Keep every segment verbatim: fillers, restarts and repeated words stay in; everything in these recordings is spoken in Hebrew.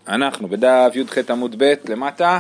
אנחנו בדף י"ח עמוד ב' למטה,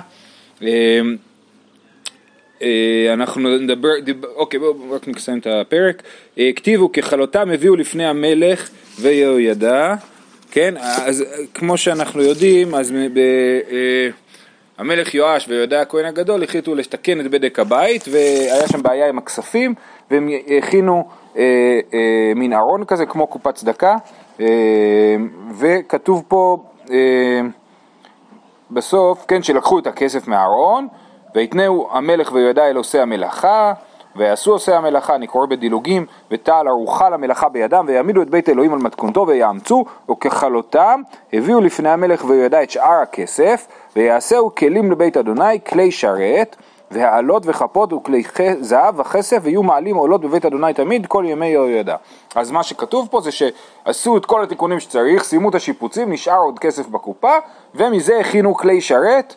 אנחנו נדבר, אוקיי בואו רק נסיים את הפרק. כתיבו ככלותם הביאו לפני המלך ויהוידע, כן, אז כמו שאנחנו יודעים, אז ב... המלך יואש ויהוידע הכהן הגדול החליטו לתקן את בדק הבית, והיה שם בעיה עם הכספים, והם הכינו אה, אה, מין ארון כזה כמו קופת צדקה, אה, וכתוב פה אה, בסוף, כן, שלקחו את הכסף מהארון, ויתנאו המלך ויהוידע אל עושי המלאכה, ויעשו עושי המלאכה, אני קורא בדילוגים, ותעל ארוחה למלאכה בידם, ויעמידו את בית אלוהים על מתכונתו, ויאמצו, וככלותם הביאו לפני המלך ויהוידע את שאר הכסף, ויעשהו כלים לבית אדוני, כלי שרת, והעלות וחפות וכלי זהב וכסף, ויהיו מעלים עולות בבית אדוני תמיד כל ימי יהוידע. אז מה שכתוב פה זה שעשו את כל התיקונים שצריך, סיימו את השיפוצים, נשאר עוד כסף בקופה, ומזה הכינו כלי שרת,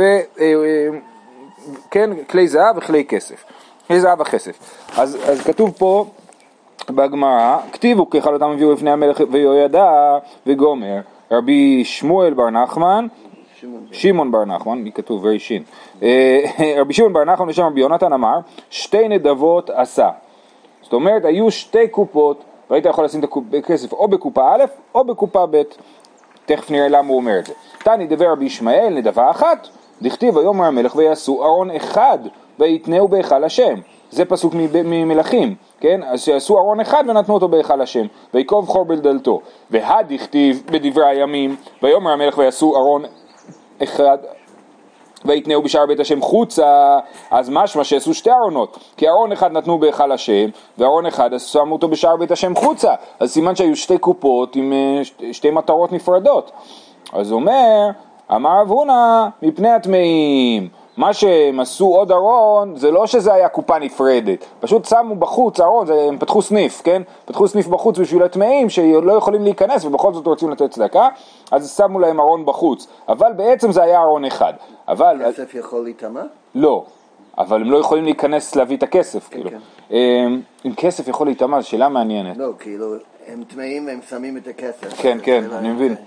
וכן, כלי זהב וכלי כסף. כלי זהב וכסף. אז, אז כתוב פה בגמרא, כתיבו ככלותם הביאו לפני המלך ויהוידע וגומר. רבי שמואל בר נחמן, שמעון בר נחמן, מי כתוב רישין, רבי שמעון בר נחמן ושם רבי יונתן אמר, שתי נדבות עשה. זאת אומרת, היו שתי קופות, והיית יכול לשים את הכסף או בקופה א' או בקופה ב'. תכף נראה למה הוא אומר את זה. תני דבר רבי ישמעאל, נדבה אחת, דכתיב ויאמר המלך ויעשו ארון אחד ויתנאו בהיכל השם. זה פסוק ממלכים, כן? אז שעשו ארון אחד ונתנו אותו בהיכל השם, ויקוב חור בדלתו. והדכתיב בדברי הימים, ויאמר המלך ויעשו ארון אחד ויתנאו בשער בית השם חוצה. אז משמע שעשו שתי ארונות, כי ארון אחד נתנו בהיכל השם וארון אחד אז שמו אותו בשער בית השם חוצה, אז סימן שהיו שתי קופות עם שתי מטרות נפרדות. אז אומר, אמר רב הונא מפני הטמאים, מה שהם עשו עוד ארון זה לא שזה היה קופה נפרדת, פשוט שמו בחוץ ארון, הם פתחו סניף, כן? פתחו סניף בחוץ בשביל הטמאים שלא יכולים להיכנס ובכל זאת רוצים לתת צדקה, אז שמו להם ארון בחוץ, אבל בעצם זה היה ארון אחד. אבל כסף יכול להיטמע? לא, אבל הם לא יכולים להיכנס להביא את הכסף, כן, כאילו. כן. אם כסף יכול להיטמע, זו שאלה מעניינת. לא, כאילו הם טמאים והם שמים את הכסף. כן, כן, אני מבין.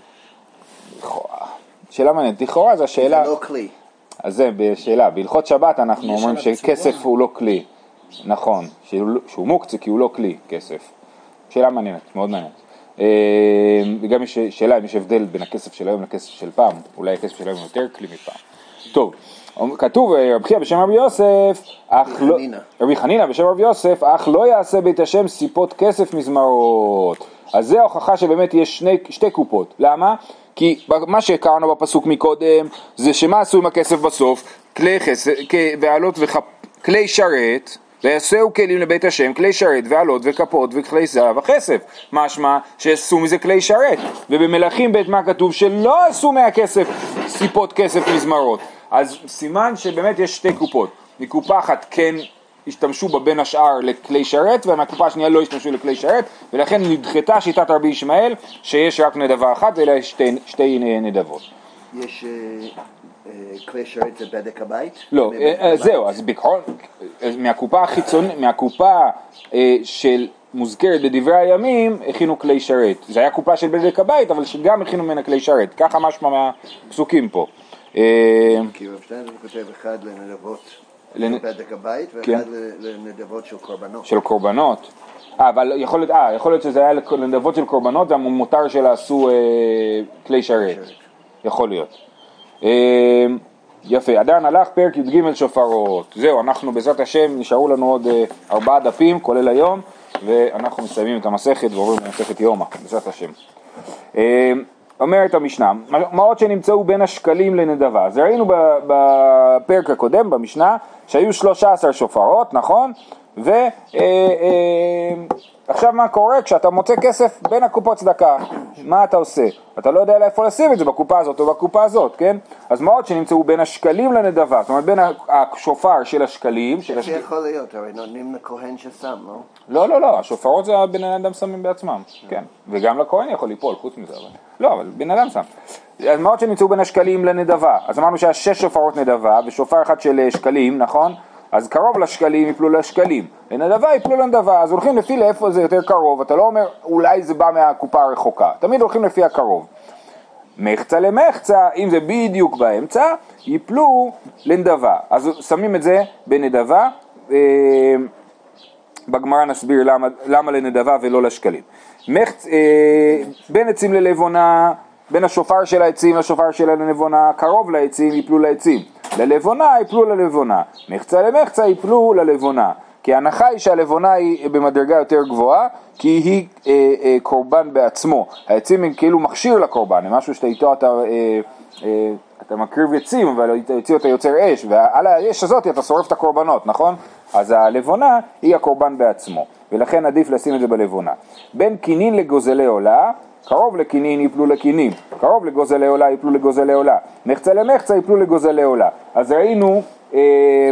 שאלה מעניינת, לכאורה זו השאלה. זה לא כלי. אז זה בשאלה, בהלכות שבת אנחנו אומרים שכסף הוא לא כלי, נכון, שהוא מוקצה כי הוא לא כלי, כסף. שאלה מעניינת, מאוד מעניינת. וגם יש שאלה אם יש הבדל בין הכסף של היום לכסף של פעם, אולי הכסף של היום יותר כלי מפעם. טוב, כתוב רבי חייא בשם רבי יוסף, רבי חנינא בשם רבי יוסף, אך לא יעשה בית השם סיפות כסף מזמרות. אז זה ההוכחה שבאמת יש שני, שתי קופות. למה? כי מה שהכרנו בפסוק מקודם, זה שמה עשו עם הכסף בסוף? כלי חסד, ועלות וחפ... כלי שרת, ויעשו כלים לבית השם, כלי שרת, ועלות וכפות וכלי זהב וכסף. משמע שעשו מזה כלי שרת. ובמלכים בית מה כתוב? שלא עשו מהכסף סיפות כסף מזמרות. אז סימן שבאמת יש שתי קופות. מקופה אחת כן השתמשו בה בין השאר לכלי שרת, ומהקופה השנייה לא השתמשו לכלי שרת, ולכן נדחתה שיטת רבי ישמעאל שיש רק נדבה אחת, אלא יש שתי, שתי נדבות. יש uh, uh, כלי שרת זה בדק הבית? לא, uh, זהו, אז בכל, מהקופה החיצונית, מהקופה uh, של מוזכרת בדברי הימים, הכינו כלי שרת. זה היה קופה של בדק הבית, אבל שגם הכינו ממנה כלי שרת. ככה משמע מהפסוקים פה. כי רב שטיינזר כותב אחד לנדבות בדק הבית ואחד לנדבות של קורבנות. של קורבנות. אה, אבל יכול להיות, אה, יכול להיות שזה היה לנדבות של קורבנות, והמותר שלה עשו כלי שרת. יכול להיות. יפה, עדיין הלך פרק י"ג שופרות. זהו, אנחנו בעזרת השם, נשארו לנו עוד ארבעה דפים, כולל היום, ואנחנו מסיימים את המסכת ועוברים למסכת יומא, בעזרת השם. אומרת המשנה, מעות שנמצאו בין השקלים לנדבה. אז ראינו בפרק הקודם, במשנה, שהיו שלושה עשר שופרות, נכון? ועכשיו מה קורה כשאתה מוצא כסף בין הקופות צדקה? מה אתה עושה? אתה לא יודע איפה לשים את זה, בקופה הזאת או בקופה הזאת, כן? אז מעות שנמצאו בין השקלים לנדבה, זאת אומרת בין השופר של השקלים. זה יכול להיות, הרי נותנים לכהן ששם, לא? לא, לא, לא, השופרות זה בן אדם שמים בעצמם, כן. וגם לכהן יכול ליפול, חוץ מזה, אבל... לא, אבל בן אדם שם. אז מעות שנמצאו בין השקלים לנדבה, אז אמרנו שהשש שופרות נדבה, ושופר אחד של שקלים, נכון? אז קרוב לשקלים יפלו לשקלים, לנדבה יפלו לנדבה, אז הולכים לפי לאיפה זה יותר קרוב, אתה לא אומר אולי זה בא מהקופה הרחוקה, תמיד הולכים לפי הקרוב. מחצה למחצה, אם זה בדיוק באמצע, ייפלו לנדבה. אז שמים את זה בנדבה, בגמרא נסביר למה, למה לנדבה ולא לשקלים. מחצ... בין עצים ללבונה, בין השופר של העצים לשופר של הלבונה, קרוב לעצים ייפלו לעצים, ללבונה ייפלו ללבונה, מחצה למחצה ייפלו ללבונה. כי ההנחה היא שהלבונה היא במדרגה יותר גבוהה, כי היא אה, אה, קורבן בעצמו. העצים הם כאילו מכשיר לקורבן, הם משהו שאתה איתו אתה, אה, אה, אתה מקריב עצים, אבל איתו אתה יוצר אש, ועל האש הזאת אתה שורף את הקורבנות, נכון? אז הלבונה היא הקורבן בעצמו, ולכן עדיף לשים את זה בלבונה. בין כינין לגוזלי עולה, קרוב לכינין ייפלו לכינים, קרוב לגוזלי עולה ייפלו לגוזלי עולה, מחצה למחצה ייפלו לגוזלי עולה. אז ראינו אה,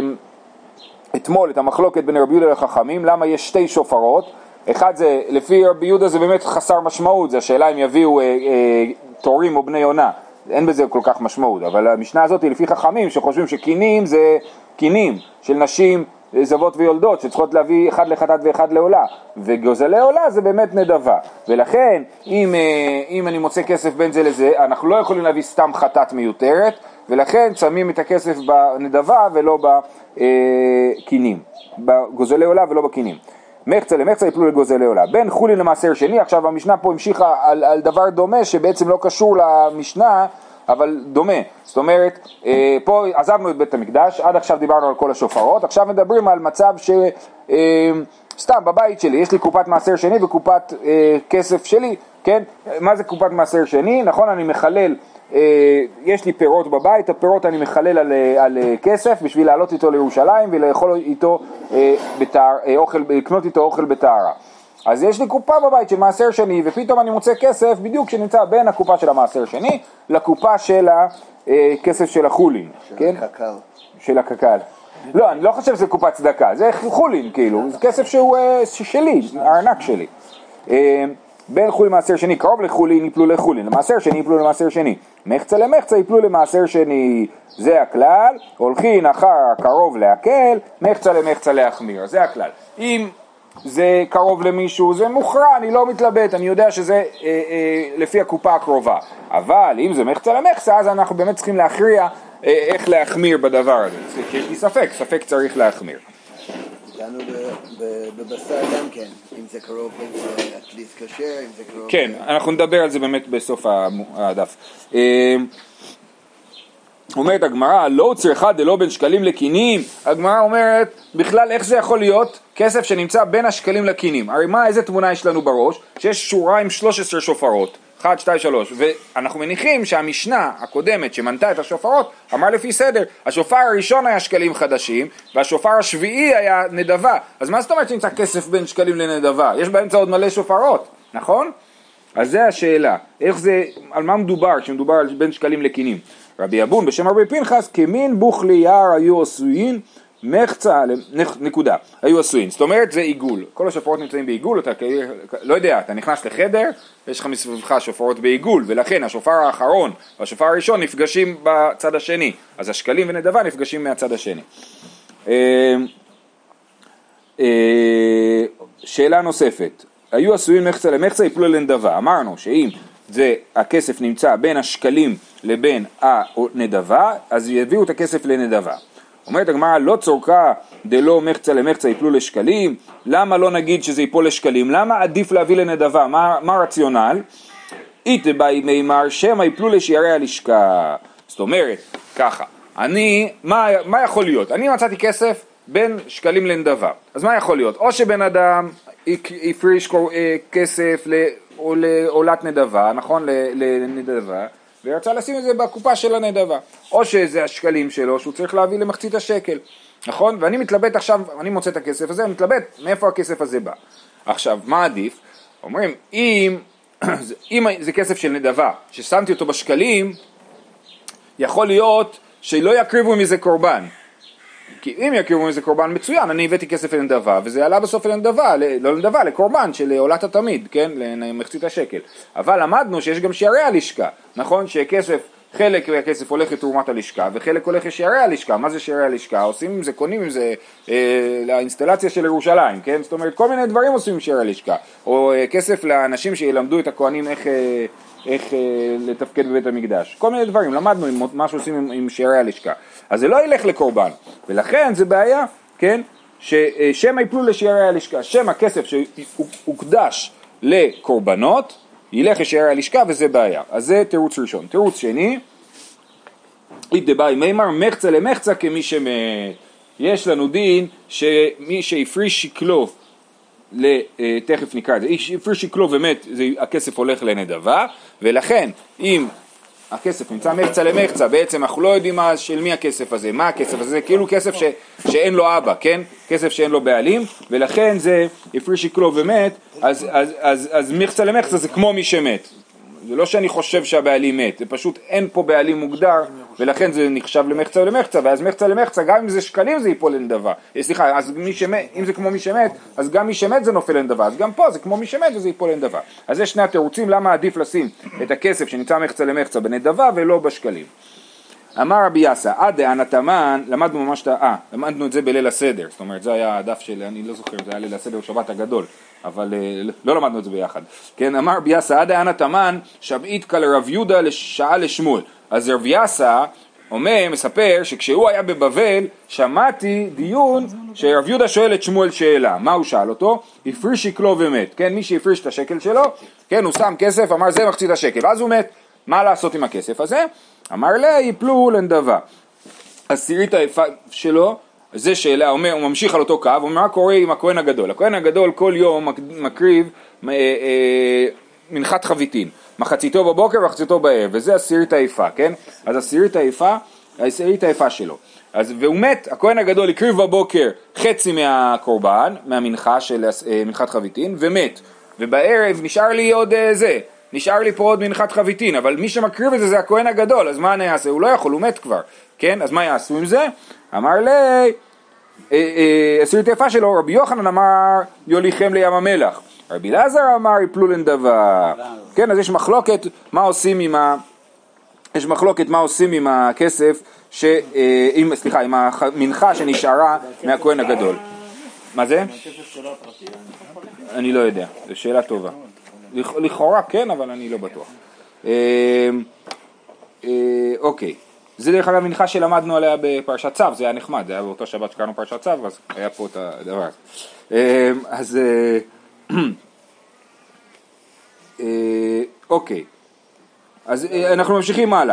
אתמול את המחלוקת בין רבי יהודה לחכמים, למה יש שתי שופרות, אחד זה, לפי רבי יהודה זה באמת חסר משמעות, זה השאלה אם יביאו אה, אה, תורים או בני עונה, אין בזה כל כך משמעות, אבל המשנה הזאת היא לפי חכמים שחושבים שכינים זה כינים של נשים זבות ויולדות שצריכות להביא אחד לחטאת ואחד לעולה, וגוזלי עולה זה באמת נדבה, ולכן אם, אם אני מוצא כסף בין זה לזה, אנחנו לא יכולים להביא סתם חטאת מיותרת, ולכן שמים את הכסף בנדבה ולא בכינים, בגוזלי עולה ולא בכינים. מחצה למחצה יפלו לגוזלי עולה. בין חולין למעשר שני, עכשיו המשנה פה המשיכה על, על דבר דומה שבעצם לא קשור למשנה, אבל דומה. זאת אומרת, אה, פה עזבנו את בית המקדש, עד עכשיו דיברנו על כל השופרות, עכשיו מדברים על מצב ש... אה, סתם בבית שלי, יש לי קופת מעשר שני וקופת אה, כסף שלי, כן? מה זה קופת מעשר שני? נכון, אני מחלל, אה, יש לי פירות בבית, הפירות אני מחלל על, על אה, כסף בשביל לעלות איתו לירושלים ולאכול איתו אה, בתאר, אה, אוכל, לקנות איתו אוכל בתארה. אז יש לי קופה בבית של מעשר שני, ופתאום אני מוצא כסף בדיוק שנמצא בין הקופה של המעשר שני לקופה של הכסף של החולין. של כן? הקקל. של הקקל. לא, אני לא חושב שזה קופת צדקה, זה חולין כאילו, זה כסף שהוא שלי, הארנק שלי. בין חולין למעשר שני, קרוב לחולין יפלו לחולין, למעשר שני יפלו למעשר שני, מחצה למחצה יפלו למעשר שני, זה הכלל, הולכין אחר קרוב להקל, מחצה למחצה להחמיר, זה הכלל. אם זה קרוב למישהו, זה מוכרע, אני לא מתלבט, אני יודע שזה אה, אה, לפי הקופה הקרובה, אבל אם זה מחצה למחצה, אז אנחנו באמת צריכים להכריע אה, איך להחמיר בדבר הזה, כי יש לי ספק, ספק צריך להחמיר. דנו בבשר גם כן, אם זה קרוב, אם זה אטליס כשר, אם זה קרוב... כן, אנחנו נדבר על זה באמת בסוף הדף. אומרת הגמרא, לא צריכה דלא בין שקלים לכינים, הגמרא אומרת, בכלל איך זה יכול להיות כסף שנמצא בין השקלים לכינים? הרי מה, איזה תמונה יש לנו בראש? שיש שורה עם שלוש עשרה שופרות, אחת, שתיים, שלוש, ואנחנו מניחים שהמשנה הקודמת שמנתה את השופרות, אמר לפי סדר, השופר הראשון היה שקלים חדשים, והשופר השביעי היה נדבה, אז מה זאת אומרת שנמצא כסף בין שקלים לנדבה? יש באמצע עוד מלא שופרות, נכון? אז זה השאלה, איך זה, על מה מדובר כשמדובר על בין שקלים לכינים? רבי אבון בשם רבי פנחס, כמין בוכלי יער היו עשויים, מחצה, נקודה, היו עשויים. זאת אומרת, זה עיגול. כל השופרות נמצאים בעיגול, אתה לא יודע, אתה נכנס לחדר, יש לך מסביבך שופרות בעיגול, ולכן השופר האחרון והשופר הראשון נפגשים בצד השני, אז השקלים ונדבה נפגשים מהצד השני. שאלה נוספת, היו עשויים מחצה למחצה, יפלו לנדבה. אמרנו שאם זה הכסף נמצא בין השקלים לבין הנדבה, אז יביאו את הכסף לנדבה. אומרת הגמרא, לא צורכה דלא מחצה למחצה יפלו לשקלים, למה לא נגיד שזה יפול לשקלים? למה עדיף להביא לנדבה? מה, מה רציונל? איתה באי מימר שמא יפלו לשיירי הלשכה. זאת אומרת, ככה, אני, מה, מה יכול להיות? אני מצאתי כסף בין שקלים לנדבה, אז מה יכול להיות? או שבן אדם יפריש כסף לעולת נדבה, נכון? לנדבה, ורצה לשים את זה בקופה של הנדבה, או שזה השקלים שלו שהוא צריך להביא למחצית השקל, נכון? ואני מתלבט עכשיו, אני מוצא את הכסף הזה, אני מתלבט מאיפה הכסף הזה בא. עכשיו, מה עדיף? אומרים, אם, אם זה כסף של נדבה, ששמתי אותו בשקלים, יכול להיות שלא יקריבו מזה קורבן, כי אם יקריבו מזה קורבן מצוין, אני הבאתי כסף לנדבה, וזה עלה בסוף לנדבה, לא לנדבה, לקורבן של עולת התמיד, כן, למחצית השקל. אבל למדנו שיש גם שערי הלשכה, נכון, שכסף, חלק מהכסף הולך לתרומת הלשכה, וחלק הולך לשערי הלשכה. מה זה שערי הלשכה? עושים עם זה, קונים עם זה אה, לאינסטלציה של ירושלים, כן, זאת אומרת, כל מיני דברים עושים עם שערי הלשכה, או אה, כסף לאנשים שילמדו את הכהנים איך... אה, איך אה, לתפקד בבית המקדש. כל מיני דברים, למדנו עם, מה שעושים עם, עם שערי הלשכה. אז זה לא ילך לקורבן, ולכן זה בעיה, כן? ששם יפלו לשערי הלשכה, שם הכסף שהוקדש לקורבנות, ילך לשערי הלשכה וזה בעיה. אז זה תירוץ ראשון. תירוץ שני, איתדבאי מימר מחצה למחצה כמי שמת. יש לנו דין שמי שהפריש שקלו, תכף נקרא את זה, הפריש שקלו ומת, זה, הכסף הולך לנדבה, ולכן אם הכסף נמצא מחצה למחצה, בעצם אנחנו לא יודעים מה, של מי הכסף הזה, מה הכסף הזה, זה כאילו כסף ש, שאין לו אבא, כן? כסף שאין לו בעלים, ולכן זה הפריש שקלו ומת, אז, אז, אז, אז מחצה למחצה זה כמו מי שמת. זה לא שאני חושב שהבעלים מת, זה פשוט אין פה בעלים מוגדר, ולכן זה נחשב למחצה ולמחצה, ואז מחצה למחצה, גם אם זה שקלים זה ייפול לנדבה. סליחה, אז מי שמת, אם זה כמו מי שמת, אז גם מי שמת זה נופל לנדבה, אז גם פה זה כמו מי שמת וזה ייפול לנדבה. אז זה שני התירוצים, למה עדיף לשים את הכסף שנמצא מחצה למחצה בנדבה ולא בשקלים. אמר רבי יאסא, עד דאנה תמן, למדנו ממש, אה, למדנו את זה בליל הסדר, זאת אומרת, זה היה הדף של, אני לא זוכר, זה היה ליל הסדר שבת הגדול, אבל לא למדנו את זה ביחד. כן, אמר רבי יאסא, עד דאנה תמן, שבעית כלרב יהודה לשעה לשמואל. אז רבי יאסא אומר, מספר, שכשהוא היה בבבל, שמעתי דיון שרב יהודה שואל את שמואל שאלה. מה הוא שאל אותו? הפריש שקלו ומת. כן, מי שהפריש את השקל שלו, כן, הוא שם כסף, אמר זה מחצית השקל, ואז הוא מת. מה לעשות עם הכסף הזה? אמר לה, יפלו לנדבה. עשירית היפה שלו, זה שאלה, אומר, הוא ממשיך על אותו קו, הוא אומר, מה קורה עם הכהן הגדול? הכהן הגדול כל יום מקריב אה, אה, מנחת חביתין, מחציתו בבוקר ומחציתו בערב, וזה עשירית היפה, כן? אז עשירית היפה, עשירית היפה שלו. אז, והוא מת, הכהן הגדול הקריב בבוקר חצי מהקורבן, מהמנחה של אה, מנחת חביתין, ומת. ובערב נשאר לי עוד אה, זה, נשאר לי פה עוד מנחת חביתין, אבל מי שמקריב את זה זה הכהן הגדול, אז מה אני אעשה? הוא לא יכול, הוא מת כבר, כן? אז מה יעשו עם זה? אמר לי, עשירית היפה שלו, רבי יוחנן אמר, יוליכם לים המלח. רבי אלעזר אמר, יפלו לנדבה. כן, אז יש מחלוקת, מה עושים עם ה... יש מחלוקת מה עושים עם הכסף, ש... עם, סליחה, עם המנחה שנשארה מהכהן הגדול. מה זה? אני לא יודע, זו שאלה טובה. לכאורה כן, אבל אני לא בטוח. אוקיי. זה דרך אגב מנחה שלמדנו עליה בפרשת צו, זה היה נחמד, זה היה באותו שבת שקראנו פרשת צו, אז היה פה את הדבר הזה. אז אוקיי, אז אנחנו ממשיכים הלאה.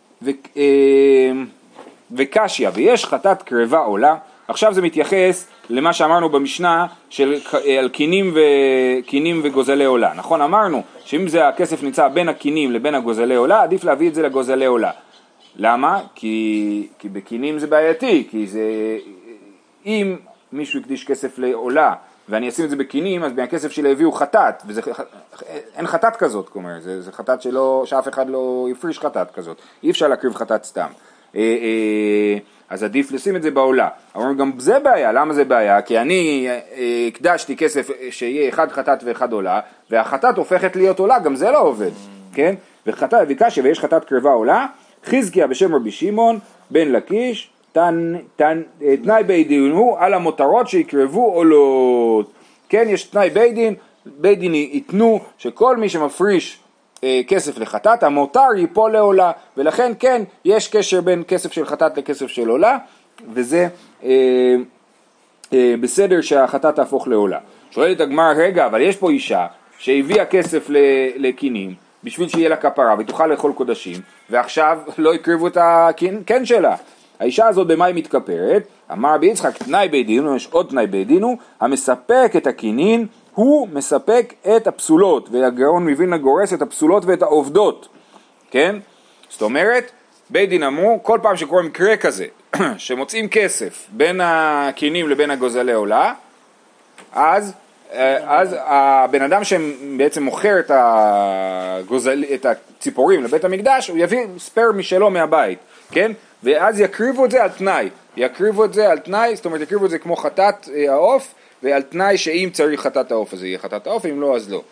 וקשיא, ויש חטאת קרבה עולה, עכשיו זה מתייחס למה שאמרנו במשנה של על קינים וקינים וגוזלי עולה, נכון? אמרנו שאם זה הכסף נמצא בין הקינים לבין הגוזלי עולה, עדיף להביא את זה לגוזלי עולה. למה? כי, כי בקינים זה בעייתי, כי זה, אם מישהו יקדיש כסף לעולה, ואני אשים את זה בקינים, אז מהכסף שלי הביאו חטאת, וזה, אין חטאת כזאת, כלומר, זה, זה חטאת שלא, שאף אחד לא יפריש חטאת כזאת, אי אפשר להקריב חטאת סתם. אז עדיף לשים את זה בעולה. אבל גם זה בעיה, למה זה בעיה? כי אני הקדשתי כסף שיהיה אחד חטאת ואחד עולה, והחטאת הופכת להיות עולה, גם זה לא עובד, כן? וחטאת, וקשיא, ויש חטאת קרבה עולה, חזקיה בשם רבי שמעון בן לקיש, תן, תן, תנאי בית דין הוא על המותרות שיקרבו עולות. כן, יש תנאי בית דין, בית דין יתנו שכל מי שמפריש אה, כסף לחטאת, המותר ייפול לעולה, ולכן כן, יש קשר בין כסף של חטאת לכסף של עולה, וזה אה, אה, בסדר שהחטאת תהפוך לעולה. שואלת הגמרא, רגע, אבל יש פה אישה שהביאה כסף לקינים, בשביל שיהיה לה כפרה ותוכל לאכול קודשים, ועכשיו לא יקריבו את הקן שלה. האישה הזאת במה היא מתכפרת? אמר רבי יצחק, תנאי בית דין, יש עוד תנאי בית דין, המספק את הקינין, הוא מספק את הפסולות, והגאון מווילנה גורס את הפסולות ואת העובדות, כן? זאת אומרת, בית דין אמרו, כל פעם שקורה מקרה כזה, שמוצאים כסף בין הקינים לבין הגוזלי עולה, אז אז הבן אדם שבעצם מוכר את, הגוזל, את הציפורים לבית המקדש, הוא יביא ספר משלו מהבית, כן? ואז יקריבו את זה על תנאי, יקריבו את זה על תנאי, זאת אומרת יקריבו את זה כמו חטאת העוף, ועל תנאי שאם צריך חטאת העוף אז יהיה חטאת העוף, אם לא אז לא.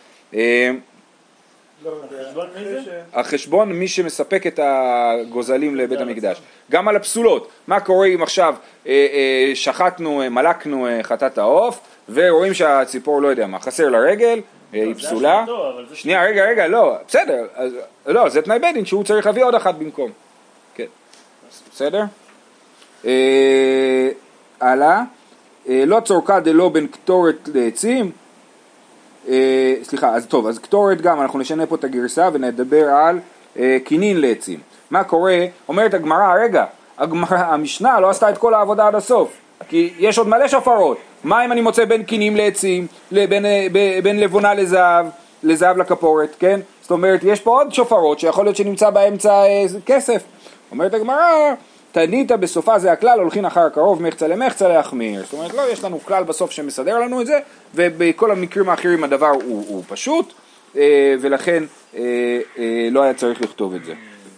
החשבון מי שמספק את הגוזלים לבית המקדש. גם על הפסולות, מה קורה אם עכשיו שחטנו, מלקנו חטאת העוף, ורואים שהציפור לא יודע מה, חסר לרגל, היא פסולה. שנייה, רגע, רגע, לא, בסדר, לא, זה תנאי בית דין שהוא צריך להביא עוד אחת במקום. כן, בסדר? הלאה, לא צורכה דלא בין קטורת לעצים, סליחה, אז טוב, אז קטורת גם, אנחנו נשנה פה את הגרסה ונדבר על קינין לעצים. מה קורה? אומרת הגמרא, רגע, המשנה לא עשתה את כל העבודה עד הסוף, כי יש עוד מלא שופרות. מה אם אני מוצא בין קינים לעצים, בין, בין לבונה לזהב, לזהב לכפורת, כן? זאת אומרת, יש פה עוד שופרות שיכול להיות שנמצא באמצע כסף. אומרת הגמרא, תנית בסופה זה הכלל, הולכים אחר הקרוב, מחצה למחצה להחמיר. זאת אומרת, לא, יש לנו כלל בסוף שמסדר לנו את זה, ובכל המקרים האחרים הדבר הוא, הוא פשוט, ולכן לא היה צריך לכתוב את זה.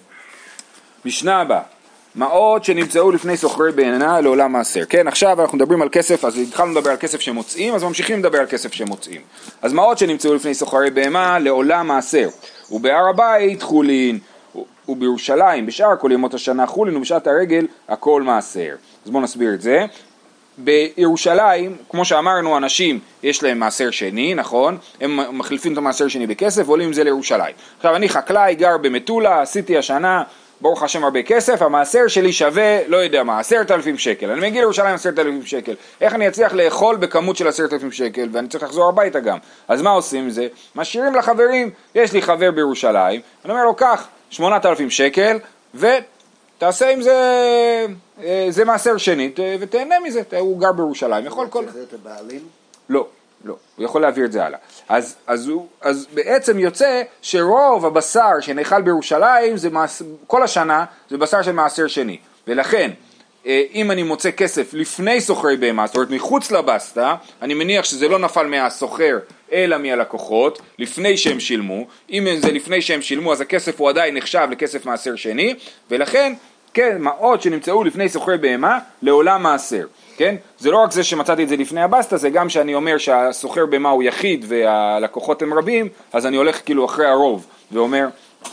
משנה הבאה, מעות שנמצאו לפני סוחרי בהמה לעולם מעשר. כן, עכשיו אנחנו מדברים על כסף, אז התחלנו לדבר על כסף שמוצאים, אז ממשיכים לדבר על כסף שמוצאים. אז מעות שנמצאו לפני סוחרי בהמה לעולם מעשר. ובהר הבית חולין, ובירושלים, בשאר כל ימות השנה חולין, ובשעת הרגל הכל מעשר. אז בואו נסביר את זה. בירושלים, כמו שאמרנו, אנשים יש להם מעשר שני, נכון? הם מחליפים את המעשר שני בכסף, ועולים עם זה לירושלים. עכשיו אני חקלאי, גר במטולה, עשיתי השנה, ברוך השם הרבה כסף, המעשר שלי שווה, לא יודע מה, עשרת אלפים שקל. אני מגיע לירושלים עשרת אלפים שקל. איך אני אצליח לאכול בכמות של עשרת אלפים שקל, ואני צריך לחזור הביתה גם. אז מה עושים עם זה? משאירים לחברים, יש לי חבר בירושלים, אני אומר לו, קח שמונת אלפים שקל, ותעשה עם זה, זה מעשר שני, ותהנה מזה, הוא גר בירושלים. יכול כל... צריך את הבעלים? לא. לא, הוא יכול להעביר את זה הלאה. אז, אז, הוא, אז בעצם יוצא שרוב הבשר שנאכל בירושלים, זה מעש, כל השנה זה בשר של מעשר שני. ולכן, אם אני מוצא כסף לפני סוחרי בהמה, זאת אומרת מחוץ לבסטה, אני מניח שזה לא נפל מהסוחר, אלא מהלקוחות, לפני שהם שילמו. אם זה לפני שהם שילמו, אז הכסף הוא עדיין נחשב לכסף מעשר שני, ולכן, כן, מעות שנמצאו לפני סוחרי בהמה, לעולם מעשר. כן? זה לא רק זה שמצאתי את זה לפני הבסטה, זה גם שאני אומר שהסוחר במה הוא יחיד והלקוחות הם רבים, אז אני הולך כאילו אחרי הרוב ואומר,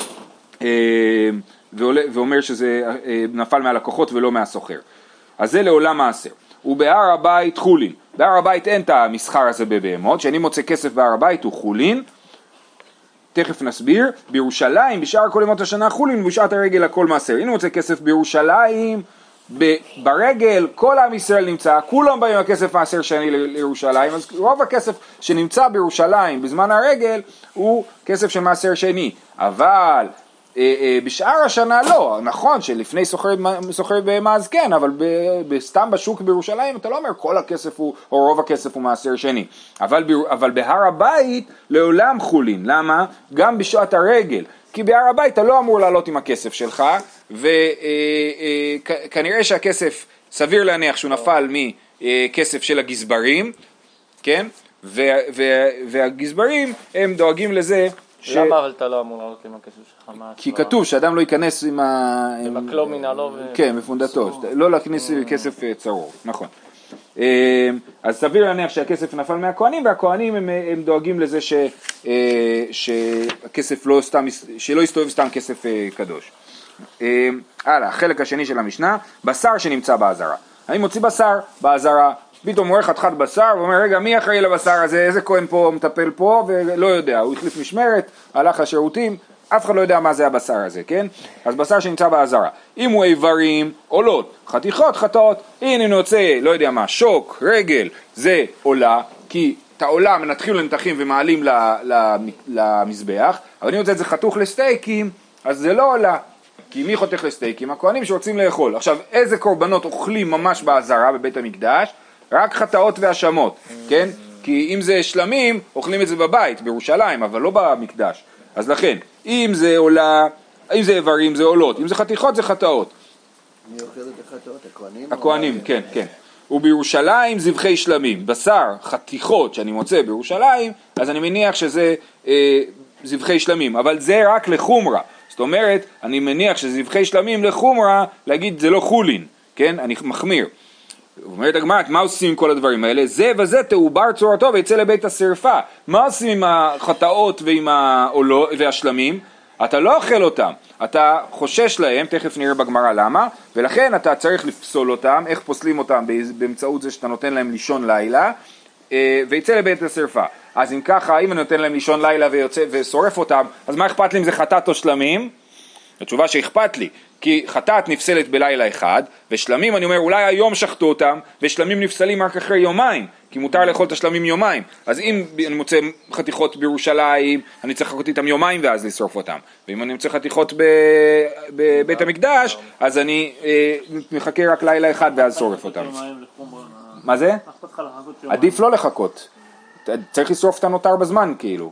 ואומר שזה נפל מהלקוחות ולא מהסוחר. אז זה לעולם מעשר. ובהר הבית חולין. בהר הבית אין את המסחר הזה בבהמות, שאני מוצא כסף בהר הבית הוא חולין, תכף נסביר. בירושלים, בשאר כל ימות השנה חולין, ובשעת הרגל הכל מעשר. הנה מוצא כסף בירושלים, ברגל, כל עם ישראל נמצא, כולם באים הכסף מעשר שני לירושלים, אז רוב הכסף שנמצא בירושלים בזמן הרגל הוא כסף של מעשר שני, אבל אה, אה, בשאר השנה לא, נכון שלפני סוחרי בהמה אז כן, אבל ב, סתם בשוק בירושלים אתה לא אומר כל הכסף הוא, או רוב הכסף הוא מעשר שני, אבל, אבל בהר הבית לעולם חולין, למה? גם בשעת הרגל, כי בהר הבית אתה לא אמור לעלות עם הכסף שלך, וכנראה שהכסף סביר להניח שהוא נפל מכסף של הגזברים, כן? והגזברים הם דואגים לזה ש... למה אבל אתה לא אמור לעלות עם הכסף שלך? כי כתוב שאדם לא ייכנס עם ה... עם הכלום מנהלו ו... כן, בפונדתו, לא להכניס כסף צרור, נכון. אז סביר להניח שהכסף נפל מהכהנים, והכהנים הם, הם דואגים לזה ש, שהכסף לא סתם, שלא יסתובב סתם כסף קדוש. הלאה, החלק השני של המשנה, בשר שנמצא בעזרה. אני מוציא בשר בעזרה, פתאום רואה חתיכת בשר ואומר, רגע, מי אחראי לבשר הזה? איזה כהן פה מטפל פה? ולא יודע, הוא החליף משמרת, הלך לשירותים, אף אחד לא יודע מה זה הבשר הזה, כן? אז בשר שנמצא בעזרה. אם הוא איברים, עולות, חתיכות, חטאות, הנה נוצא, לא יודע מה, שוק, רגל, זה עולה, כי את העולה מנתחים לנתחים ומעלים למזבח, אבל אני רוצה את זה חתוך לסטייקים, אז זה לא עולה. כי מי חותך לסטייקים? הכהנים שרוצים לאכול. עכשיו, איזה קורבנות אוכלים ממש בעזרה בבית המקדש? רק חטאות והשמות, כן? כי אם זה שלמים, אוכלים את זה בבית, בירושלים, אבל לא במקדש. אז לכן, אם זה עולה, אם זה איברים, זה עולות, אם זה חתיכות, זה חטאות. מי אוכל את החטאות? הכהנים? הכהנים, כן, כן. ובירושלים זבחי שלמים, בשר, חתיכות שאני מוצא בירושלים, אז אני מניח שזה אה, זבחי שלמים, אבל זה רק לחומרה. זאת אומרת, אני מניח שזבחי שלמים לחומרה, להגיד זה לא חולין, כן? אני מחמיר. אומרת הגמרא, מה עושים עם כל הדברים האלה? זה וזה תעובר צורתו ויצא לבית השרפה. מה עושים עם החטאות ועם העולו, והשלמים? אתה לא אוכל אותם, אתה חושש להם, תכף נראה בגמרא למה, ולכן אתה צריך לפסול אותם. איך פוסלים אותם? באמצעות זה שאתה נותן להם לישון לילה, ויצא לבית השרפה. אז אם ככה, אם אני נותן להם לישון לילה ויוצא, ושורף אותם, אז מה אכפת לי אם זה חטאת או שלמים? התשובה שאכפת לי, כי חטאת נפסלת בלילה אחד, ושלמים אני אומר אולי היום שחטו אותם, ושלמים נפסלים רק אחרי יומיים, כי מותר לאכול את השלמים יומיים. אז אם אני מוצא חתיכות בירושלים, אני צריך לחכות איתם יומיים ואז לשרוף אותם. ואם אני מוצא חתיכות בבית המקדש, אז אני מחכה רק לילה אחד ואז שורף אותם. מה זה? עדיף לא לחכות. צריך לשרוף את הנותר בזמן כאילו.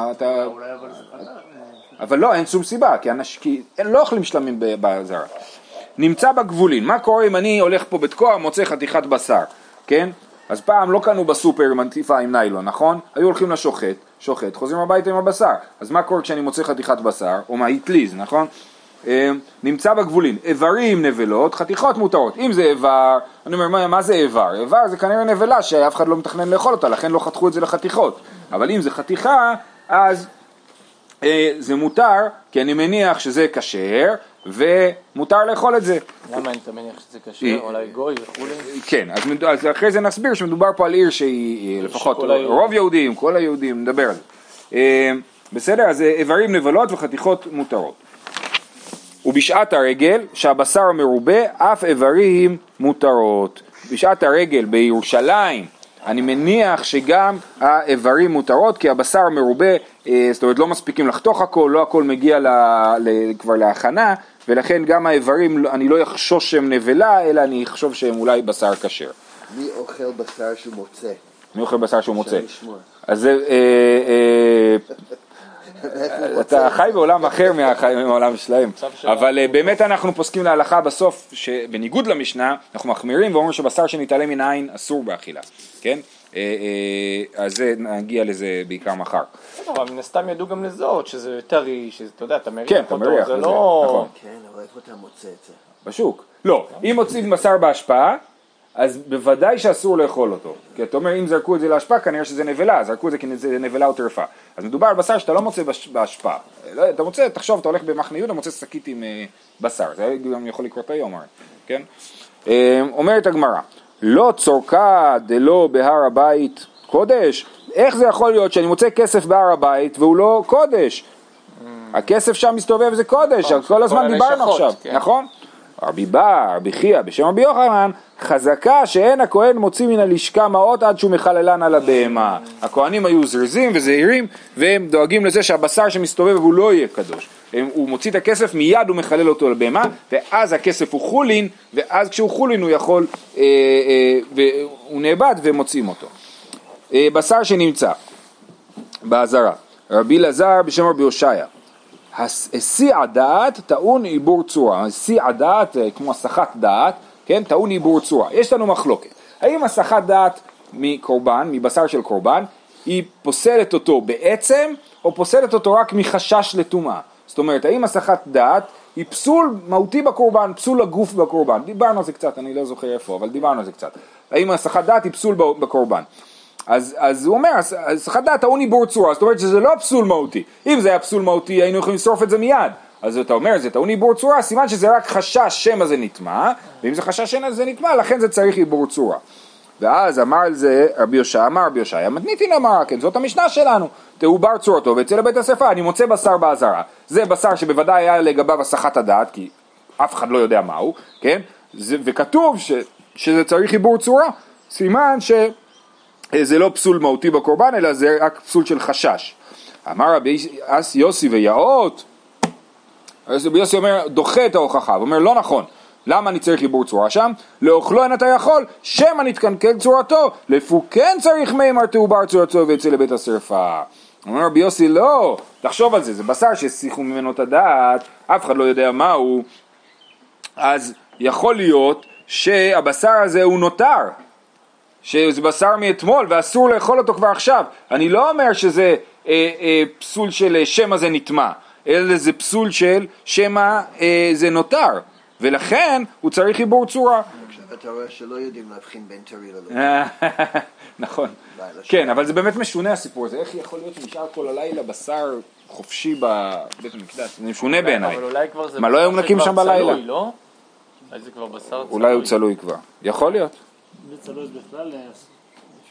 אבל לא, אין שום סיבה, כי אנשים לא אוכלים שלמים בזרה. נמצא בגבולין, מה קורה אם אני הולך פה בתקוע, מוצא חתיכת בשר, כן? אז פעם לא קנו בסופר מנטיפה עם ניילון, נכון? היו הולכים לשוחט, שוחט, חוזרים הביתה עם הבשר. אז מה קורה כשאני מוצא חתיכת בשר, או מה היטליז, נכון? נמצא בגבולין, איברים נבלות, חתיכות מותרות. אם זה איבר, אני אומר, מה, מה זה איבר? איבר זה כנראה נבלה שאף אחד לא מתכנן לאכול אותה, לכן לא חתכו את זה לחתיכות. אבל אם זה חתיכה, אז זה מותר, כי אני מניח שזה כשר, ומותר לאכול את זה. למה אני מניח שזה כשר? אולי גוי וכולי? כן, אז אחרי זה נסביר שמדובר פה על עיר שהיא לפחות רוב יהודים, כל היהודים, נדבר על זה. בסדר, אז איברים נבלות וחתיכות מותרות. ובשעת הרגל, שהבשר המרובה, אף איברים מותרות. בשעת הרגל בירושלים, אני מניח שגם האיברים מותרות, כי הבשר המרובה, זאת אומרת לא מספיקים לחתוך הכל, לא הכל מגיע ל, ל, כבר להכנה, ולכן גם האיברים, אני לא יחשוש שהם נבלה, אלא אני אחשוב שהם אולי בשר כשר. מי אוכל בשר שהוא מוצא? מי אוכל בשר שהוא מוצא? אז זה... אה, אה, אתה חי בעולם אחר מהעולם שלהם, אבל באמת אנחנו פוסקים להלכה בסוף שבניגוד למשנה אנחנו מחמירים ואומרים שבשר שנתעלם מן העין אסור באכילה, כן? אז זה נגיע לזה בעיקר מחר. אבל מן הסתם ידעו גם לזהות שזה טרי, שאתה יודע, אתה מריח אותו, זה לא... כן, אבל איפה אתה מוצא את זה? בשוק. לא, אם מוצאים בשר בהשפעה אז בוודאי שאסור לאכול אותו, כי אתה אומר אם זרקו את זה להשפעה כנראה שזה נבלה, זרקו את זה כי זה נבלה או טרפה, אז מדובר על בשר שאתה לא מוצא בהשפעה, אתה מוצא, תחשוב, אתה הולך במחנה יהודה, מוצא שקית עם בשר, זה גם יכול לקרות היום, כן? אומרת הגמרא, לא צורכה דלא בהר הבית קודש, איך זה יכול להיות שאני מוצא כסף בהר הבית והוא לא קודש? הכסף שם מסתובב זה קודש, כל הזמן דיברנו עכשיו, נכון? רבי בא, רבי חייא, בשם רבי יוחנן, חזקה שאין הכהן מוציא מן הלשכה מעות עד שהוא מחללן על הבהמה. הכהנים היו זריזים וזהירים, והם דואגים לזה שהבשר שמסתובב הוא לא יהיה קדוש. הם, הוא מוציא את הכסף, מיד הוא מחלל אותו לבהמה, ואז הכסף הוא חולין, ואז כשהוא חולין הוא יכול, אה, אה, והוא נאבד ומוצאים אותו. אה, בשר שנמצא בעזרה, רבי אלעזר בשם רבי הושעיה, הסיע דעת טעון עיבור צורה, הסיע דעת כמו הסחת דעת, כן, טעון עיבור צורה. יש לנו מחלוקת, האם הסחת דעת מקורבן, מבשר של קורבן, היא פוסלת אותו בעצם, או פוסלת אותו רק מחשש לטומאה? זאת אומרת, האם הסחת דעת היא פסול מהותי בקורבן, פסול הגוף בקורבן? דיברנו על זה קצת, אני לא זוכר איפה, אבל דיברנו על זה קצת. האם הסחת דעת היא פסול בקורבן? אז, אז הוא אומר, הסחת דעת טעון עיבור צורה, זאת אומרת שזה לא פסול מהותי. אם זה היה פסול מהותי, היינו יכולים לשרוף את זה מיד. אז אתה אומר, זה טעון עיבור צורה, סימן שזה רק חשש שמא זה נטמע, ואם זה חשש שמא זה נטמע, לכן זה צריך עיבור צורה. ואז אמר על זה רבי יושע, אמר רבי יושע, מתניתין אמר, כן, זאת המשנה שלנו, תעובר צורתו ויצא לבית השרפה, אני מוצא בשר בעזרה. זה בשר שבוודאי היה לגביו הסחת הדעת, כי אף אחד לא יודע מהו, כן? זה, וכתוב ש, שזה צריך עיבור צורה, סימן ש... זה לא פסול מהותי בקורבן, אלא זה רק פסול של חשש. אמר רבי יוסי ויאות, רבי יוסי אומר, דוחה את ההוכחה, הוא אומר, לא נכון, למה אני צריך עיבור צורה שם? לאוכלו אין אתה יכול, שמא נתקנקל צורתו, לפו כן צריך מימר תעובר צורתו ויצא לבית השרפה. אומר רבי יוסי, לא, תחשוב על זה, זה בשר שהסיחו ממנו את הדעת, אף אחד לא יודע מהו, אז יכול להיות שהבשר הזה הוא נותר, שזה בשר מאתמול ואסור לאכול אותו כבר עכשיו. אני לא אומר שזה אה, אה, פסול של שמא זה נטמע, אלא זה פסול של שמא אה, זה נותר, ולכן הוא צריך עיבור צורה. עכשיו אתה רואה שלא יודעים להבחין בין טרי ללא. נכון. כן, אבל זה באמת משונה הסיפור הזה. איך יכול להיות שנשאר כל הלילה בשר חופשי בבית המקדש? זה משונה בעיניי. מה, לא היו מנקים שם בלילה? אולי זה כבר בשר צלוי. אולי הוא צלוי כבר. יכול להיות. זה צלוי בכלל,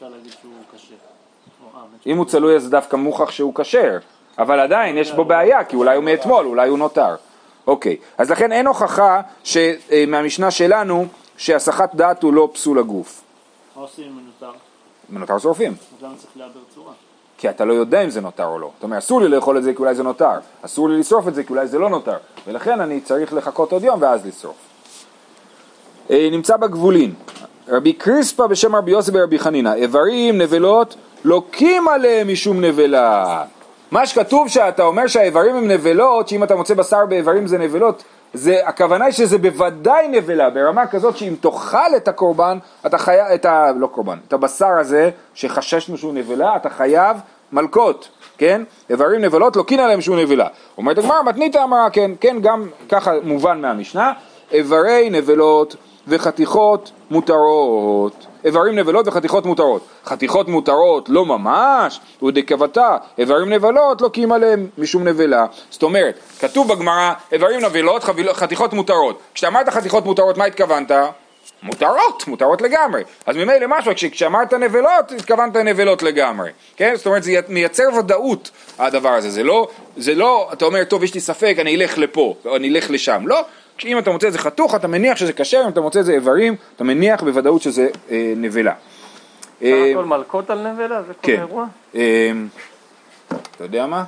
אפשר להגיד שהוא קשה. אם הוא צלוי אז דווקא מוכח שהוא כשר, אבל עדיין יש בו בעיה, כי אולי הוא מאתמול, אולי הוא נותר. אוקיי, אז לכן אין הוכחה מהמשנה שלנו שהסחת דעת הוא לא פסול הגוף. מה עושים מנותר? מנותר שורפים. אז למה צריך לעבר צורה? כי אתה לא יודע אם זה נותר או לא. זאת אומרת, אסור לי לאכול את זה כי אולי זה נותר, אסור לי לשרוף את זה כי אולי זה לא נותר, ולכן אני צריך לחכות עוד יום ואז לשרוף. נמצא בגבולין, רבי קריספא בשם רבי יוסי ברבי חנינה, איברים, נבלות, לוקים עליהם משום נבלה. מה שכתוב שאתה אומר שהאיברים הם נבלות, שאם אתה מוצא בשר באיברים זה נבלות, זה, הכוונה היא שזה בוודאי נבלה, ברמה כזאת שאם תאכל את הקורבן, אתה חייב, את ה... לא קורבן, את הבשר הזה שחששנו שהוא נבלה, אתה חייב מלכות, כן? איברים נבלות, לוקין עליהם שהוא נבלה. אומרת הגמרא, מתנית אמרה, כן, כן, גם ככה מובן מהמשנה, איברי נבלות וחתיכות מותרות. איברים נבלות וחתיכות מותרות. חתיכות מותרות לא ממש, ודקבתה, איברים נבלות לא קיים עליהם משום נבלה. זאת אומרת, כתוב בגמרא, איברים נבלות, חתיכות מותרות. כשאמרת חתיכות מותרות, מה התכוונת? מותרות, מותרות לגמרי. אז ממילא משהו, כשאמרת נבלות, התכוונת נבלות לגמרי. כן? זאת אומרת, זה מייצר ודאות, הדבר הזה. זה לא, זה לא, אתה אומר, טוב, יש לי ספק, אני אלך לפה, או אני אלך לשם. לא. אם אתה מוצא את זה חתוך, אתה מניח שזה קשר, אם אתה מוצא את זה איברים, אתה מניח בוודאות שזה אה, נבלה. סך הכל מלכות על נבלה? זה כל האירוע? אה, אתה יודע מה?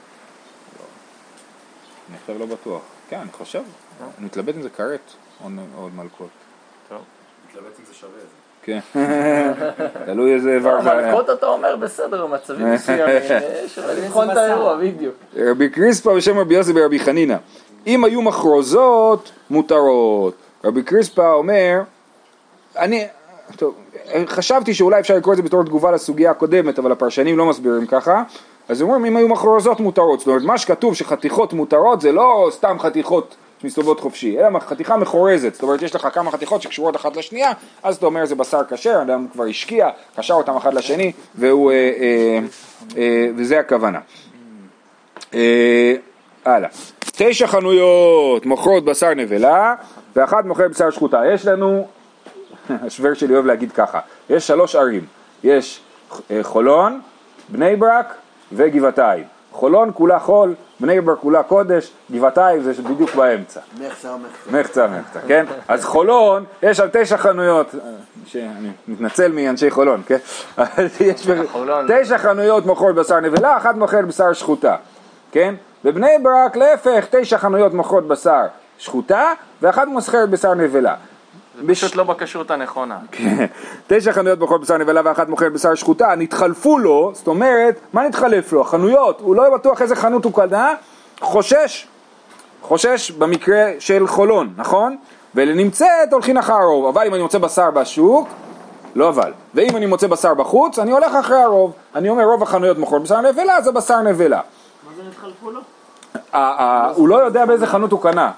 אני עכשיו לא בטוח. כן, אני חושב. אני מתלבט אם זה קראת או עוד מלכות. טוב. מתלבט אם זה שווה את זה. כן. תלוי איזה איבר. מלכות אתה אומר בסדר, במצבים מסוימים. שווה לבחון את האירוע, בדיוק. רבי קריספא בשם רבי יוסי ברבי חנינה. אם היו מחרוזות, מותרות. רבי קריספא אומר, אני, טוב, חשבתי שאולי אפשר לקרוא את זה בתור תגובה לסוגיה הקודמת, אבל הפרשנים לא מסבירים ככה, אז אומרים, אם היו מחרוזות, מותרות. זאת אומרת, מה שכתוב שחתיכות מותרות, זה לא סתם חתיכות שמסתובבות חופשי, אלא חתיכה מחורזת. זאת אומרת, יש לך כמה חתיכות שקשורות אחת לשנייה, אז אתה אומר, זה בשר כשר, אדם כבר השקיע, קשר אותם אחד לשני, והוא, אה, אה, אה, וזה הכוונה. אה, הלאה. תשע חנויות מוכרות בשר נבלה, ואחת מוכרת בשר שחוטה. יש לנו, השוור שלי אוהב להגיד ככה, יש שלוש ערים, יש חולון, בני ברק וגבעתיים. חולון כולה חול, בני ברק כולה קודש, גבעתיים זה בדיוק באמצע. מחצה מחצה. מחצה מחצה, כן? אז חולון, יש שם תשע חנויות, שאני מתנצל מאנשי חולון, כן? יש תשע חנויות מוכרות בשר נבלה, אחת מוכרת בשר שחוטה, כן? בבני ברק להפך, תשע חנויות מוכרות בשר שחוטה, ואחת מוכרת בשר נבלה. זה פשוט לא בכשרות הנכונה. תשע חנויות מוכרות בשר נבלה ואחת מוכרת בשר שחוטה, נתחלפו לו, זאת אומרת, מה נתחלף לו? החנויות, הוא לא בטוח איזה חנות הוא קנה, חושש, חושש במקרה של חולון, נכון? ולנמצאת הולכין אחר הרוב, אבל אם אני מוצא בשר בשוק, לא אבל, ואם אני מוצא בשר בחוץ, אני הולך אחרי הרוב, אני אומר רוב החנויות מוכרות בשר נבלה, זה בשר נבלה. מה זה נתחלפו לו? הוא לא יודע באיזה חנות הוא קנה.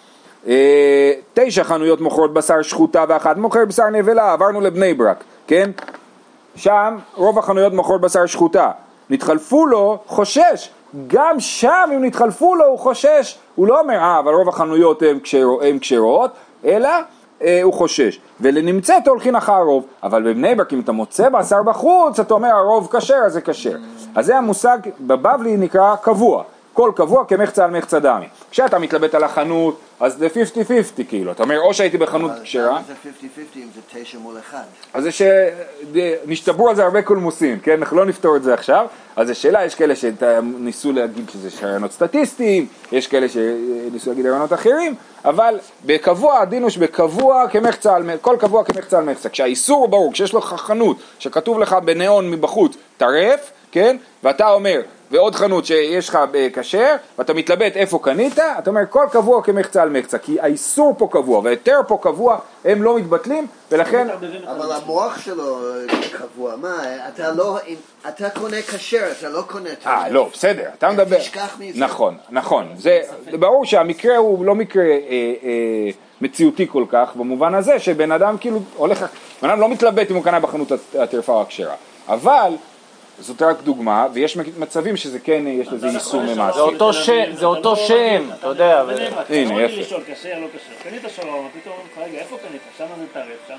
תשע חנויות מוכרות בשר שחוטה ואחת מוכרת בשר נבלה, עברנו לבני ברק, כן? שם רוב החנויות מוכרות בשר שחוטה, נתחלפו לו, חושש, גם שם אם נתחלפו לו הוא חושש, הוא לא אומר, אה, אבל רוב החנויות הן כשרות, אלא אה, הוא חושש, ולנמצאת הולכין אחר הרוב, אבל בבני ברק אם אתה מוצא בשר בחוץ, אתה אומר הרוב כשר, אז זה כשר. אז זה המושג, בבבלי נקרא קבוע, כל קבוע כמחצה על מחצה דמי. כשאתה מתלבט על החנות, אז זה חמישים חמישים כאילו, אתה אומר, או שהייתי בחנות כשרה. זה חמישים חמישים אם זה תשע מול אחד. אז זה שנשתברו על זה הרבה קולמוסים, כן? אנחנו לא נפתור את זה עכשיו. אז זו שאלה, יש כאלה שניסו להגיד שזה רעיונות סטטיסטיים, יש כאלה שניסו להגיד רעיונות אחרים, אבל בקבוע, הדין הוא שבקבוע כמחצה על, כל קבוע כמחצה על מחצה. כשהאיסור הוא ברור, כשיש לך חנות שכתוב לך בניאון מבחוץ, טרף, כן? ואתה אומר, ועוד חנות שיש לך כשר, ואתה מתלבט איפה קנית, אתה אומר כל קבוע כמחצה על מחצה, כי האיסור פה קבוע, והיתר פה קבוע, הם לא מתבטלים, ולכן... אבל המוח שלו קבוע, מה, אתה לא, אתה קונה כשר, אתה לא קונה... אה, לא, בסדר, אתה מדבר... תשכח מזה. נכון, נכון, זה ברור שהמקרה הוא לא מקרה מציאותי כל כך, במובן הזה שבן אדם כאילו הולך, בן אדם לא מתלבט אם הוא קנה בחנות הטרפה או הכשרה, אבל... זאת רק דוגמה, ויש מצבים שזה כן, יש לזה יישום ממש. זה אותו שם, זה אותו שם, אתה יודע. הנה, יפה. לשאול כשר, לא כשר. קנית שווארמה, פתאום אומרים לך, רגע, איפה קנית? שם זה טרף, שם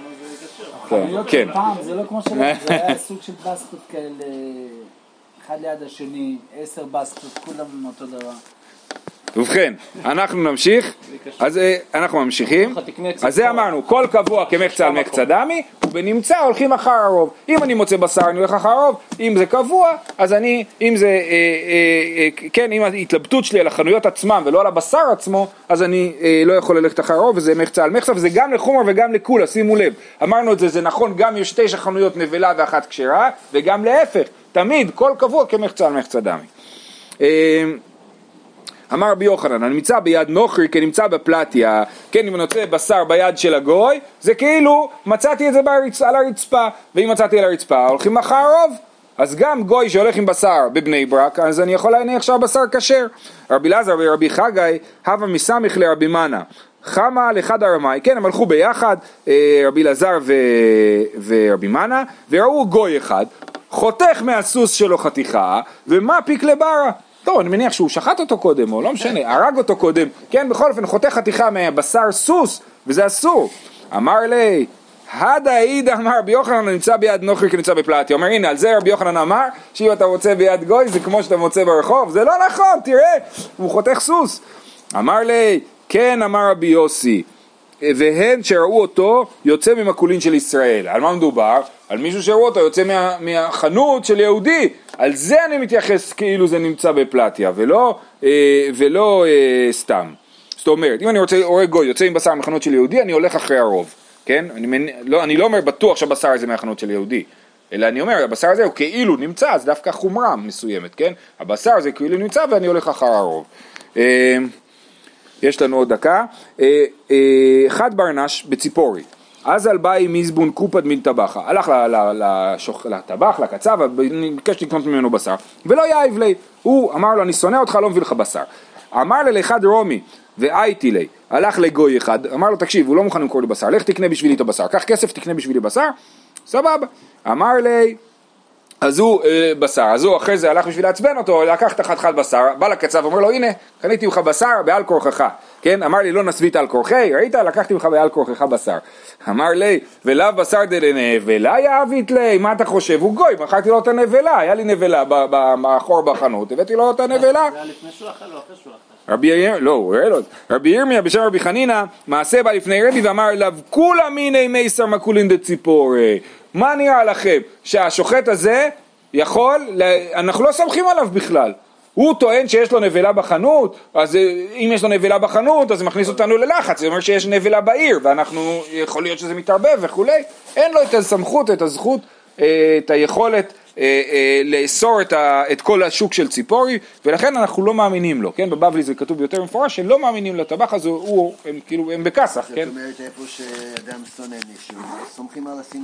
זה כשר. כן. פעם, זה לא כמו שלנו, זה היה סוג של בסטות כאלה, אחד ליד השני, עשר בסטות, כולם אותו דבר. ובכן, אנחנו נמשיך, אז אנחנו ממשיכים, אז זה אמרנו, כל קבוע כמחצה על מחצה דמי, ובנמצא הולכים אחר הרוב. אם אני מוצא בשר אני הולך אחר הרוב, אם זה קבוע, אז אני, אם זה, אה, אה, אה, כן, אם ההתלבטות שלי על החנויות עצמם ולא על הבשר עצמו, אז אני אה, לא יכול ללכת אחר הרוב, וזה מחצה על מחצה, וזה גם לחומר וגם לכולה, שימו לב. אמרנו את זה, זה נכון, גם יש תשע חנויות נבלה ואחת כשרה, וגם להפך, תמיד, כל קבוע כמחצה על מחצה דמי. אה, אמר רבי יוחנן, אני נמצא ביד נוכרי כנמצא בפלטיה, כן, אם אני רוצה בשר ביד של הגוי, זה כאילו מצאתי את זה ברצ... על הרצפה, ואם מצאתי על הרצפה, הולכים אחר הרוב, אז גם גוי שהולך עם בשר בבני ברק, אז אני יכול להניח שהבשר כשר. רבי אלעזר ורבי חגי, הווה מסמיך לרבי מנה, חמה לאחד הרמאי, כן, הם הלכו ביחד, רבי אלעזר ו... ורבי מנה, וראו גוי אחד, חותך מהסוס שלו חתיכה, ומה פיק לברה? טוב, אני מניח שהוא שחט אותו קודם, או לא משנה, הרג אותו קודם, כן, בכל אופן, חותך חתיכה מבשר סוס, וזה אסור. אמר לי, הדה עידה אמר רבי יוחנן נמצא ביד נוכרי כנמצא בפלטיה. אומר, הנה, על זה רבי יוחנן אמר, שאם אתה מוצא ביד גוי, זה כמו שאתה מוצא ברחוב, זה לא נכון, תראה, הוא חותך סוס. אמר לי, כן, אמר רבי יוסי, והן שראו אותו יוצא ממקולין של ישראל. על מה מדובר? על מישהו שראו אותו יוצא מה, מהחנות של יהודי. על זה אני מתייחס כאילו זה נמצא בפלטיה, ולא, אה, ולא אה, סתם. זאת אומרת, אם אני רוצה, רואה גוי יוצא עם בשר מחנות של יהודי, אני הולך אחרי הרוב. כן? אני, מנ... לא, אני לא אומר בטוח שהבשר הזה מהחנות של יהודי, אלא אני אומר, הבשר הזה הוא כאילו נמצא, אז דווקא חומרה מסוימת, כן? הבשר הזה כאילו נמצא ואני הולך אחר הרוב. אה, יש לנו עוד דקה. אחד ברנש בציפורי, אז על באי מזבון קופד מן טבחה, הלך לטבח, לקצב, וביקש לקנות ממנו בשר, ולא יאיב לי, הוא אמר לו, אני שונא אותך, לא מביא לך בשר. אמר לי לאחד רומי, והייתי לי, הלך לגוי אחד, אמר לו, תקשיב, הוא לא מוכן למכור לי בשר, לך תקנה בשבילי את הבשר, קח כסף, תקנה בשבילי בשר, סבבה. אמר לי, אז הוא אה, בשר, אז הוא אחרי זה הלך בשביל להצבן אותו, לקח את אחד חד בשר, בא לקצב, אומר לו, הנה, קניתי לך בשר בעל כורכך, כן? אמר לי, לא נסבית על כורכי, ראית? לקחתי לך בעל כורכך בשר. אמר לי, ולאו בשר דלנבלה יעבית לי, מה אתה חושב? הוא גוי, מכרתי לו את הנבלה, היה לי נבלה מאחור בחנות, הבאתי לו את הנבלה. זה היה לפני שהוא אכל או אחרי שהוא אכל? רבי ירמיה, לא, הוא הראה לו, רבי ירמיה בשם רבי חנינא, מעשה בא לפני רבי ואמר אליו, כולה מיני מייסר מקולין דציפורי. מה נראה לכם? שהשוחט הזה יכול, אנחנו לא סומכים עליו בכלל. הוא טוען שיש לו נבלה בחנות, אז אם יש לו נבלה בחנות, אז זה מכניס אותנו ללחץ, זה אומר שיש נבלה בעיר, ואנחנו, יכול להיות שזה מתערבב וכולי. אין לו את הסמכות, את הזכות, את היכולת לאסור את, ה, את כל השוק של ציפורי, ולכן אנחנו לא מאמינים לו, כן? בבבלי זה כתוב ביותר מפורש, שלא מאמינים לטבח, אז הוא, הם כאילו, הם בכסח, כן? זאת אומרת, איפה שאדם שונא מישהו, סומכים על הסינון.